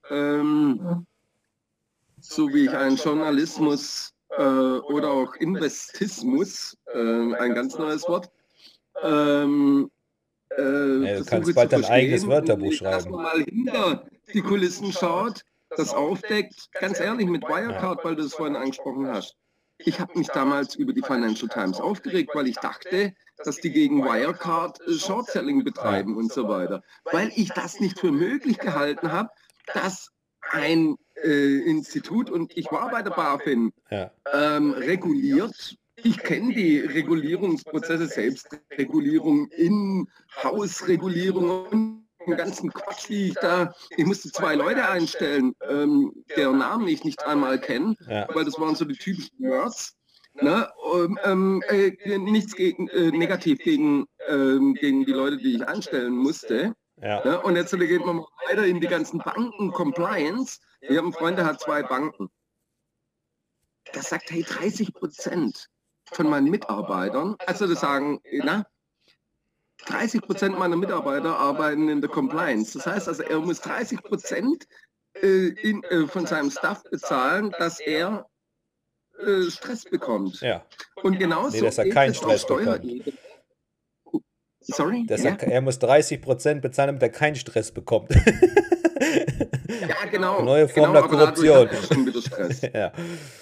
so wie ich einen Journalismus oder auch Investismus, ein ganz neues Wort, du versuche kannst zu bald dein verstehen, eigenes Wörterbuch dass schreiben. man mal hinter die Kulissen schaut, das aufdeckt, ganz ehrlich mit Wirecard, weil du es vorhin angesprochen hast. Ich habe mich damals über die Financial Times aufgeregt, weil ich dachte, dass die gegen Wirecard Short-Selling betreiben und so weiter. Weil ich das nicht für möglich gehalten habe, dass ein Institut, und ich war bei der BaFin, Ja, reguliert. Ich kenne die Regulierungsprozesse, Selbstregulierung, In-Haus-Regulierung und den ganzen Quatsch, ich musste 2 Leute einstellen, deren Namen ich nicht einmal kenne, ja, weil das waren so die typischen Nerds. Ne? Nichts negativ gegen die Leute, die ich einstellen musste. ja, Ne? Und jetzt geht man mal weiter in die ganzen Banken-Compliance. Ich habe einen Freund, der hat 2 Banken. Das sagt, hey, 30% von meinen Mitarbeitern, also das sagen, na, 30% meiner Mitarbeiter arbeiten in der Compliance. Das heißt also, er muss 30% von seinem Staff bezahlen, dass er Stress bekommt. ja. Und genauso Nee, dass er geht keinen es auf Stress bekommt. Steuerebene. Sorry? Ja? Er muss 30% bezahlen, damit er keinen Stress bekommt. Ja, genau. Neue Form der aber dadurch Korruption. hat er schon wieder Stress. Ja,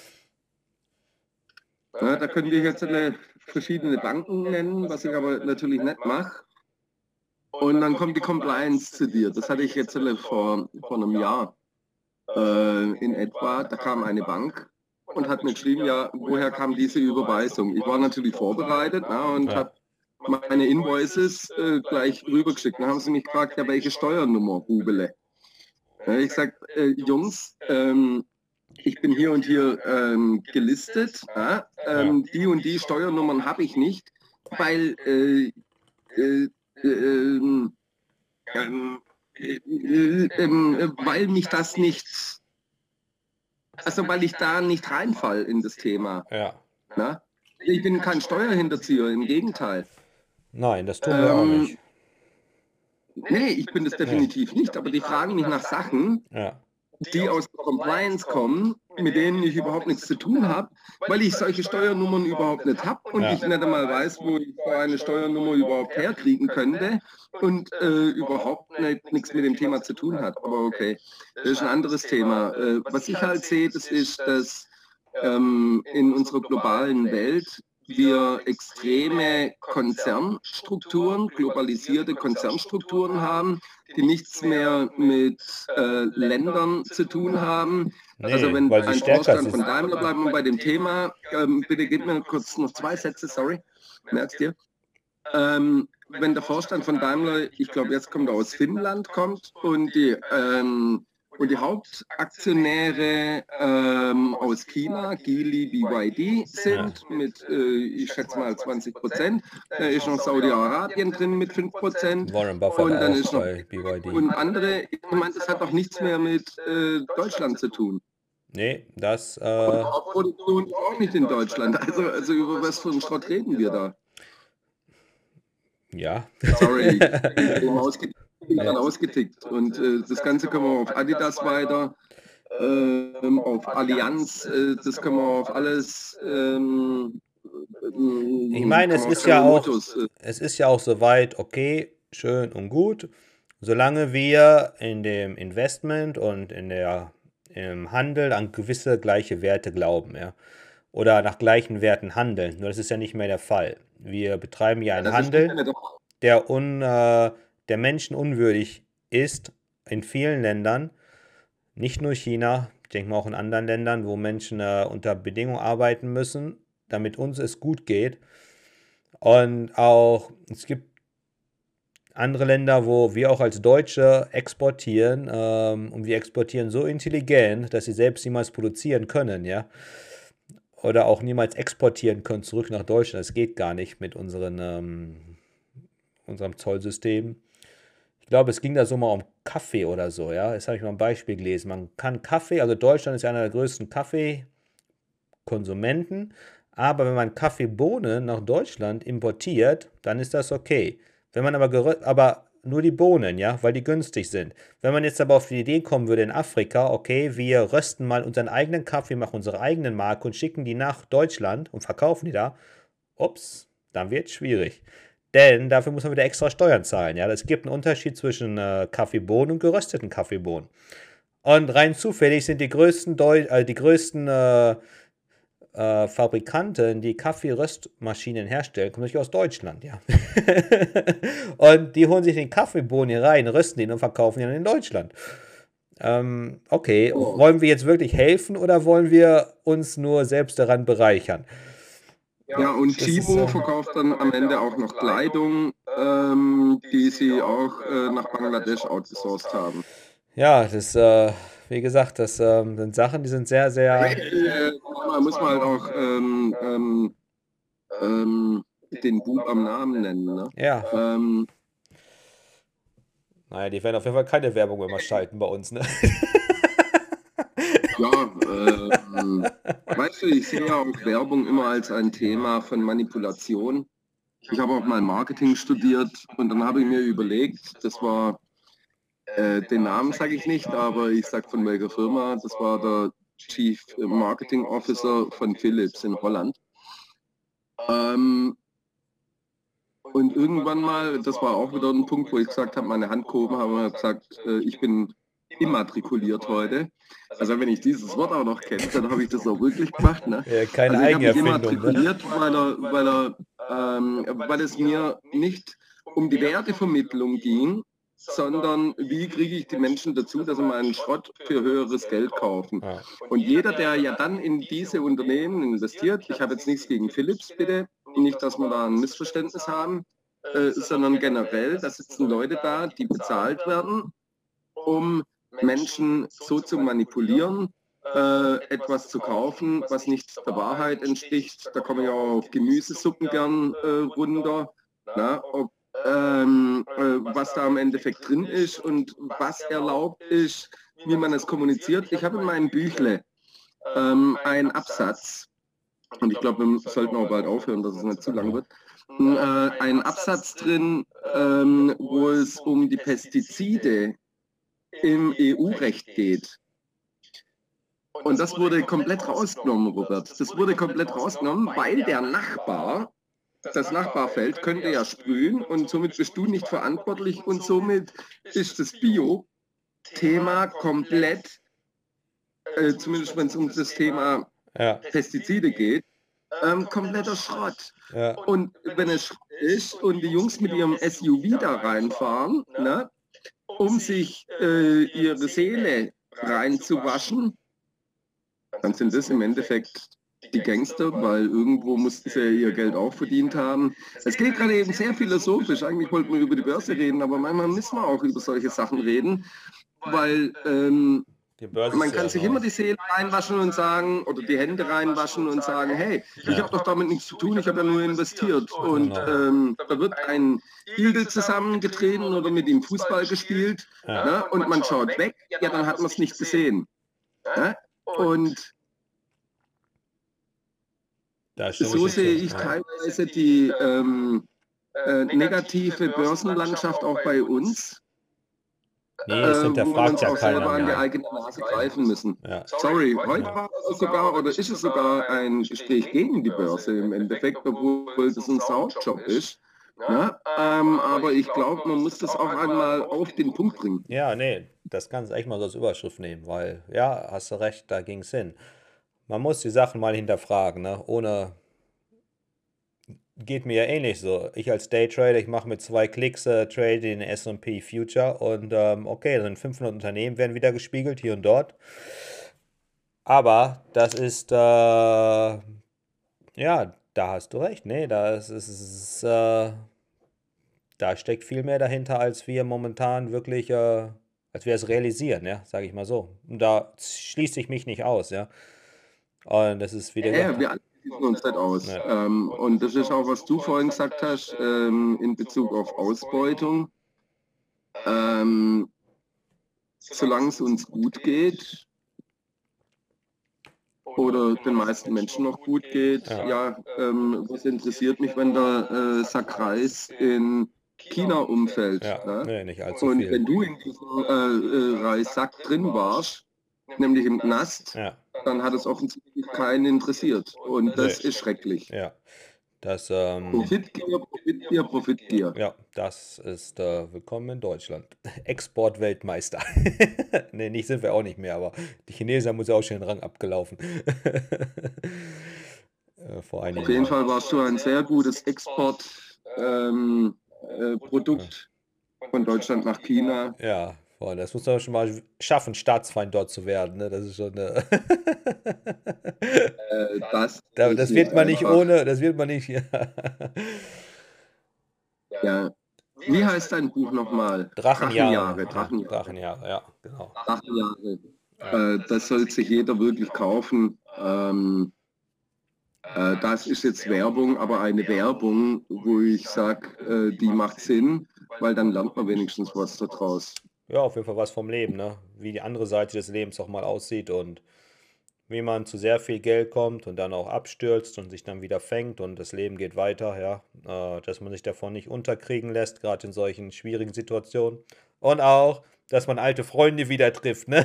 Ja, da können wir jetzt verschiedene Banken nennen, was ich aber natürlich nicht mache. Und dann kommt die Compliance zu dir. Das hatte ich jetzt vor einem Jahr in etwa. Da kam eine Bank und hat mir geschrieben, ja, woher kam diese Überweisung? Ich war natürlich vorbereitet, und Ja. habe meine Invoices gleich rübergeschickt. Dann haben sie mich gefragt, ja, welche Steuernummer, Hubele? Ich gesagt, Jungs, ich bin hier und hier gelistet. Die und die Steuernummern habe ich nicht, weil weil mich das nicht, also weil ich da nicht reinfall in das Thema. ja. Na? Ich bin kein Steuerhinterzieher, im Gegenteil. Nein, das tun wir auch nicht. Nee, ich bin das definitiv nicht, aber die fragen mich nach Sachen, Ja, die aus der Compliance kommen, mit denen ich überhaupt nichts zu tun habe, weil ich solche Steuernummern überhaupt nicht habe und Ja. ich nicht einmal weiß, wo ich so eine Steuernummer überhaupt herkriegen könnte und überhaupt nichts mit dem Thema zu tun hat. Aber okay, das ist ein anderes Thema. Was ich halt sehe, das ist, dass in unserer globalen Welt wir extreme Konzernstrukturen, globalisierte Konzernstrukturen haben, die nichts mehr mit Ländern zu tun haben. nee, Also wenn weil sie ein stärker Vorstand sind. von Daimler, bleiben wir bei dem Thema, bitte gib mir kurz noch 2 Sätze, sorry, merkst du? Wenn der Vorstand von Daimler, ich glaube jetzt kommt er aus Finnland, kommt und die Hauptaktionäre aus China, Geely, BYD sind mit, ich schätze mal 20%. Da ist noch Saudi-Arabien drin mit 5%. Warren Buffett Und dann auch ist noch bei BYD. und andere, ich meine, das hat doch nichts mehr mit Deutschland zu tun. Nee, das, Und Produktion ist auch nicht in Deutschland. Also über was für einen Schrott reden wir da? ja. Sorry, ich bin gerade ausgetickt. Und das Ganze können wir auf Adidas weiter, auf Allianz, das können wir auf alles Ich meine, kann man auch General Motors. es ist ja auch soweit okay, schön und gut, solange wir in dem Investment und im Handel an gewisse gleiche Werte glauben, ja. Oder nach gleichen Werten handeln. Nur das ist ja nicht mehr der Fall. Wir betreiben ja Ja, einen das ist nicht Handel, mehr der der menschenunwürdig ist in vielen Ländern, nicht nur China, ich denke mal auch in anderen Ländern, wo Menschen unter Bedingungen arbeiten müssen, damit uns es gut geht. Und auch, es gibt andere Länder, wo wir auch als Deutsche exportieren, und wir exportieren so intelligent, dass sie selbst niemals produzieren können, ja. Oder auch niemals exportieren können zurück nach Deutschland. Das geht gar nicht mit unserem Zollsystem. Ich glaube, es ging da so mal um Kaffee oder so, ja. Das habe ich mal ein Beispiel gelesen. Man kann Kaffee, also Deutschland ist ja einer der größten Kaffeekonsumenten, aber wenn man Kaffeebohnen nach Deutschland importiert, dann ist das okay. Wenn man aber nur die Bohnen, ja, weil die günstig sind. Wenn man jetzt aber auf die Idee kommen würde in Afrika, okay, wir rösten mal unseren eigenen Kaffee, machen unsere eigenen Marke und schicken die nach Deutschland und verkaufen die da, ups, dann wird es schwierig. Denn dafür muss man wieder extra Steuern zahlen. Ja, es gibt einen Unterschied zwischen Kaffeebohnen und gerösteten Kaffeebohnen. Und rein zufällig sind die größten Fabrikanten, die Kaffeeröstmaschinen herstellen, kommen natürlich aus Deutschland, ja. Und die holen sich den Kaffeebohnen hier rein, rösten den und verkaufen ihn dann in Deutschland. Okay, wollen wir jetzt wirklich helfen oder wollen wir uns nur selbst daran bereichern? Ja, und Timo verkauft dann am Ende auch noch Kleidung, die sie auch nach Bangladesch outgesourced haben. Ja, wie gesagt, das sind Sachen, die sind sehr, sehr. Muss man halt auch den Bub am Namen nennen. Ne? Ja. Naja, die werden auf jeden Fall keine Werbung mehr schalten bei uns, ne? Ja, weißt du, ich sehe ja auch Werbung immer als ein Thema von Manipulation. Ich habe auch mal Marketing studiert und dann habe ich mir überlegt, das war, den Namen sage ich nicht, aber ich sage von welcher Firma, das war der Chief Marketing Officer von Philips in Holland. Und irgendwann mal, das war auch wieder ein Punkt, wo ich gesagt habe, meine Hand gehoben habe und gesagt, ich bin immatrikuliert heute. Also wenn ich dieses Wort auch noch kenne, dann habe ich das auch wirklich gemacht. Ne? Ja, keine also ich habe mich Eigenerfindung, immatrikuliert, weil es mir nicht um die Wertevermittlung ging, sondern wie kriege ich die Menschen dazu, dass sie meinen Schrott für höheres Geld kaufen. Ja. Und jeder, der ja dann in diese Unternehmen investiert, ich habe jetzt nichts gegen Philips, bitte, nicht, dass wir da ein Missverständnis haben, sondern generell, da sitzen Leute da, die bezahlt werden, um Menschen so zu manipulieren, etwas zu kaufen, was nicht der Wahrheit entspricht. Da komme ich auch auf Gemüsesuppen gern runter. Na, was da im Endeffekt drin ist und was erlaubt ist, wie man es kommuniziert. Ich habe in meinem Büchle einen Absatz, und ich glaube, wir sollten auch bald aufhören, dass es nicht zu lang wird, einen Absatz drin, wo es um die Pestizide im EU-Recht geht. Und das wurde komplett rausgenommen, Robert. Das wurde komplett rausgenommen, weil der Nachbar, das Nachbarfeld könnte ja sprühen und somit bist du nicht verantwortlich und somit ist das Bio-Thema komplett, zumindest wenn es um das Thema Pestizide geht, kompletter Schrott. Ja. Und wenn es Schrott ist und die Jungs mit ihrem SUV da reinfahren, ne, um sich ihre Seele reinzuwaschen, dann sind das im Endeffekt die Gangster, weil irgendwo mussten sie ihr Geld auch verdient haben. Es geht gerade eben sehr philosophisch. Eigentlich wollten wir über die Börse reden, aber manchmal müssen wir auch über solche Sachen reden, weil man kann sich immer die Seele reinwaschen und sagen, oder die Hände reinwaschen und sagen, hey, ich habe doch damit nichts zu tun, ich habe ja nur investiert. Und da wird ein Igel zusammengetreten oder mit ihm Fußball gespielt, ne? Und man schaut weg, ja, dann hat man es nicht gesehen. Ne? Und so sehe ich teilweise die negative Börsenlandschaft auch bei uns. Nee, es wo wir hinterfragt uns ja auch keiner selber an die mehr. eigene Nase greifen müssen. Ja, Sorry, heute ja, war es sogar oder ist es sogar ein Gespräch gegen die Börse im Endeffekt, obwohl das ein Saujob ist. Ne? Aber ich glaube, man muss das auch einmal auf den Punkt bringen. ja, nee, das kannst du echt mal so als Überschrift nehmen, weil, ja, hast du recht, da ging es hin. Man muss die Sachen mal hinterfragen, ne? Ohne, geht mir ja ähnlich so. Ich als Daytrader, ich mache mit 2 Klicks, trade den S&P Future und okay, da sind 500 Unternehmen, werden wieder gespiegelt, hier und dort. Aber das ist, ja, da hast du recht, nee, da steckt viel mehr dahinter, als wir momentan wirklich, als wir es realisieren, ja, sage ich mal so. Und da schließe ich mich nicht aus, ja. Und das ist, wie du gesagt Ja, hast, wir alle schließen uns nicht aus. ja, Und das ist auch, was du vorhin gesagt hast, in Bezug auf Ausbeutung. Ähm, solange es uns gut geht oder den meisten Menschen noch gut geht, ja, ja, was interessiert mich, wenn der Sack Reis in China umfällt. ja, Ne? nee, nicht allzu Und viel. wenn du in diesem Reissack drin warst, nämlich im Knast, Ja, dann hat es offensichtlich keinen interessiert. Und nee, das ist schrecklich. ja, das, Profitgier, Profitgier, Profitgier. ja, das ist willkommen in Deutschland. Exportweltmeister. Nee, nicht sind wir auch nicht mehr, aber die Chinesen haben uns ja auch schon den Rang abgelaufen. Vor Auf einigen jeden Jahren. Fall warst du ein sehr gutes Ja. Produkt von Deutschland nach China. Ja, boah, das muss man schon mal schaffen, Staatsfeind dort zu werden. Ne? Das ist schon. Das ist Das nicht wird man nicht einfach. ohne, das wird man nicht. Ja. Ja. Wie heißt dein Buch nochmal? Drachenjahre. Drachenjahre, Ja, Drachenjahre, Drachenjahre, ja, genau. Drachenjahre. Ja, Das sollte sich jeder wirklich kaufen. Das ist jetzt Werbung, aber eine Werbung, wo ich sage, die macht Sinn, weil dann lernt man wenigstens was daraus. ja, auf jeden Fall was vom Leben, ne? Wie die andere Seite des Lebens auch mal aussieht und wie man zu sehr viel Geld kommt und dann auch abstürzt und sich dann wieder fängt und das Leben geht weiter, ja. Dass man sich davon nicht unterkriegen lässt, gerade in solchen schwierigen Situationen. Und auch, dass man alte Freunde wieder trifft, ne?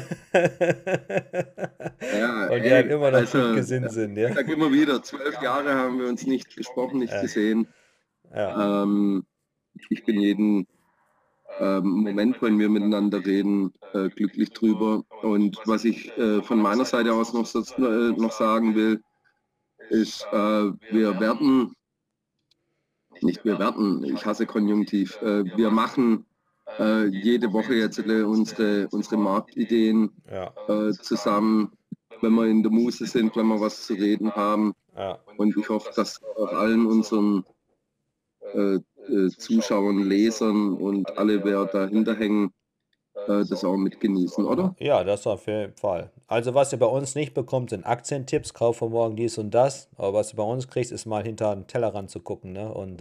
Ja, Und die einem ey, immer noch also gut gesinnt sind, ich ja. sage immer wieder, 12 Jahre haben wir uns nicht gesprochen, nicht Äh, gesehen. ja, Ähm, ich bin jeden Moment, wenn wir miteinander reden, glücklich drüber. Und was ich von meiner Seite aus noch sagen will, ist, wir werden, nicht wir werden, ich hasse Konjunktiv, wir machen jede Woche jetzt unsere Marktideen ja, zusammen, wenn wir in der Muße sind, wenn wir was zu reden haben. ja. Und ich hoffe, dass auch allen unseren Zuschauern, Lesern und alle, wer dahinter hängen, das auch mitgenießen, oder? Ja, das auf jeden Fall. Also, was ihr bei uns nicht bekommt, sind Aktientipps, kaufe morgen dies und das. Aber was du bei uns kriegst, ist mal hinter den Tellerrand zu gucken, ne? Und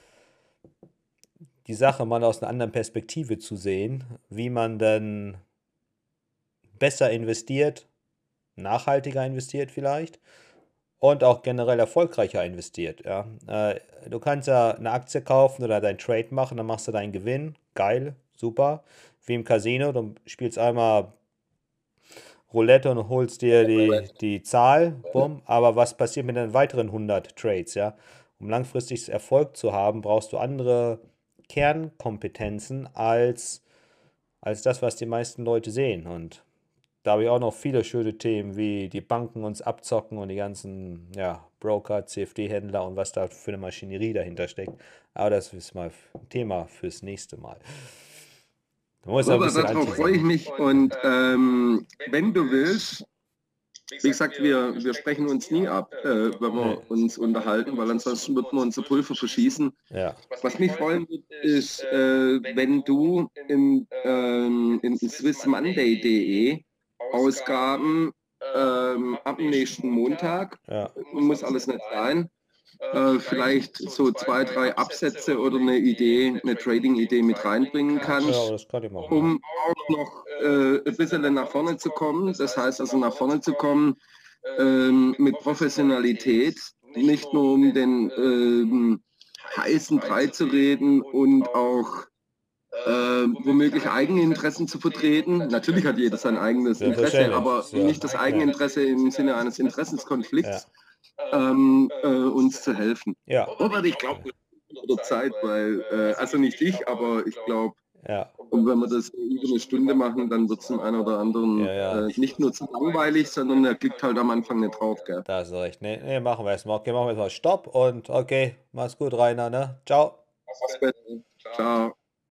die Sache mal aus einer anderen Perspektive zu sehen, wie man denn besser investiert, nachhaltiger investiert vielleicht und auch generell erfolgreicher investiert, ja. Du kannst ja eine Aktie kaufen oder dein Trade machen, dann machst du deinen Gewinn, geil, super. Wie im Casino, du spielst einmal Roulette und holst dir die Zahl, bumm. Aber was passiert mit den weiteren 100 Trades, ja? Um langfristig Erfolg zu haben, brauchst du andere Kernkompetenzen als das, was die meisten Leute sehen. Und da habe ich auch noch viele schöne Themen, wie die Banken uns abzocken und die ganzen, ja, Broker, CFD-Händler und was da für eine Maschinerie dahinter steckt. Aber das ist mal ein Thema fürs nächste Mal. Da muss ja ein Robert, bisschen darauf Anti freue ich sein. mich. Und wenn du willst, wie gesagt, wir sprechen uns nie ab, wenn Nee, wir uns unterhalten, weil ansonsten wird man unser Pulver verschießen. ja, Was mich freuen wird, ist, wenn du in swissmonday.de Ausgaben ab dem nächsten Montag, ja, muss alles nicht sein, vielleicht so 2, 3 Absätze oder eine Idee, eine Trading-Idee mit reinbringen ja, kannst, das kann ich machen, ja. um auch noch ein bisschen nach vorne zu kommen. Das heißt also nach vorne zu kommen mit Professionalität, nicht nur um den heißen Brei zu reden und auch womöglich eigene Interessen zu vertreten. Natürlich hat jeder sein eigenes Interesse, Selbstverständlich. aber Ist ja, nicht das ja, Eigeninteresse im Sinne eines ja, Interessenskonflikts, uns zu helfen. ja, Robert, ich glaube, oder Zeit, weil, also nicht ich, aber ich glaube, ja, und wenn wir das über eine Stunde machen, dann wird es dem einen oder anderen ja, ja. nicht nur zu langweilig, sondern er klickt halt am Anfang nicht drauf, gell? Da hast du recht. Nee, nee, machen wir erstmal. Okay, machen wir jetzt mal Stopp und okay, mach's gut, Rainer, ne? Ciao. Mach's besser. Ciao.